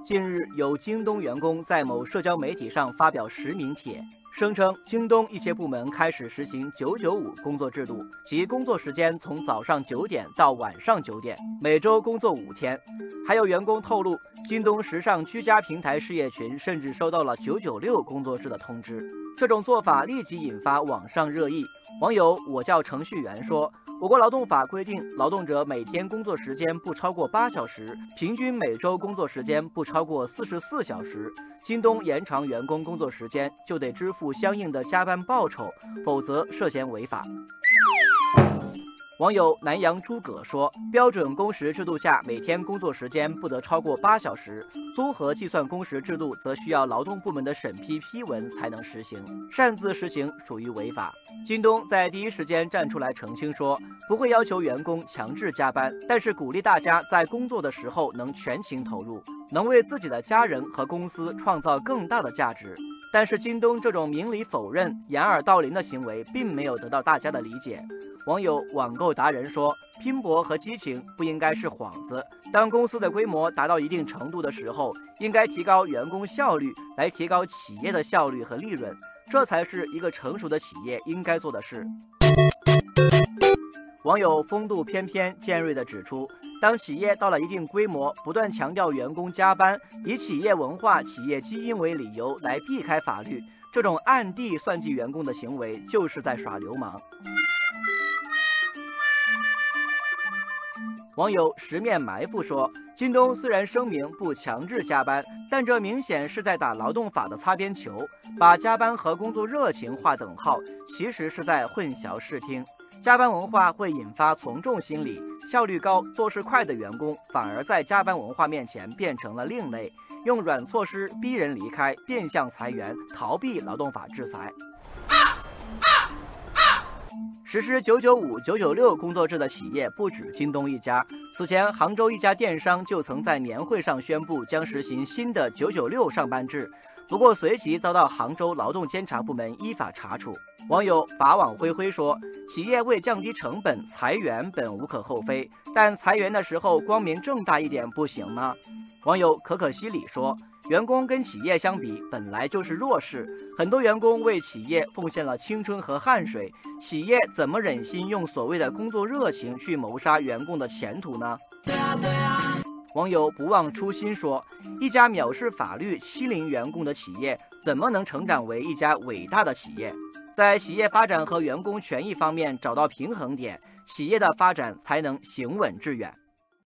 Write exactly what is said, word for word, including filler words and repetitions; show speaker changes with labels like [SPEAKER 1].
[SPEAKER 1] 近日，有京东员工在某社交媒体上发表实名帖，声称京东一些部门开始实行九九五工作制度，即工作时间从早上九点到晚上九点，每周工作五天。还有员工透露，京东时尚居家平台事业群甚至收到了九九六工作制的通知。这种做法立即引发网上热议。网友我叫程序员说，我国劳动法规定，劳动者每天工作时间不超过八小时，平均每周工作时间不超过四十四小时。京东延长员工工作时间，就得支付相应的加班报酬，否则涉嫌违法。网友南阳诸葛说，标准工时制度下，每天工作时间不得超过八小时，综合计算工时制度则需要劳动部门的审批批文才能实行，擅自实行属于违法。京东在第一时间站出来澄清说，不会要求员工强制加班，但是鼓励大家在工作的时候能全情投入，能为自己的家人和公司创造更大的价值。但是京东这种明里否认、掩耳盗铃的行为并没有得到大家的理解。网友网购达人说，拼搏和激情不应该是幌子，当公司的规模达到一定程度的时候，应该提高员工效率，来提高企业的效率和利润，这才是一个成熟的企业应该做的事。网友风度翩翩尖锐地指出，当企业到了一定规模，不断强调员工加班，以企业文化、企业基因为理由来避开法律，这种暗地算计员工的行为就是在耍流氓。网友十面埋伏说，京东虽然声明不强制加班，但这明显是在打劳动法的擦边球，把加班和工作热情划等号，其实是在混淆视听。加班文化会引发从众心理，效率高、做事快的员工反而在加班文化面前变成了另类，用软措施逼人离开，变相裁员，逃避劳动法制裁。实施九九五、九九六工作制的企业不止京东一家。此前，杭州一家电商就曾在年会上宣布将实行新的九九六上班制，不过随即遭到杭州劳动监察部门依法查处。网友法网恢恢说，企业为降低成本裁员本无可厚非，但裁员的时候光明正大一点不行吗？网友可可西里说，员工跟企业相比本来就是弱势，很多员工为企业奉献了青春和汗水，企业怎么忍心用所谓的工作热情去谋杀员工的前途呢？对啊对啊。网友不忘初心说，一家藐视法律、欺凌员工的企业，怎么能成长为一家伟大的企业？在企业发展和员工权益方面找到平衡点，企业的发展才能行稳致远。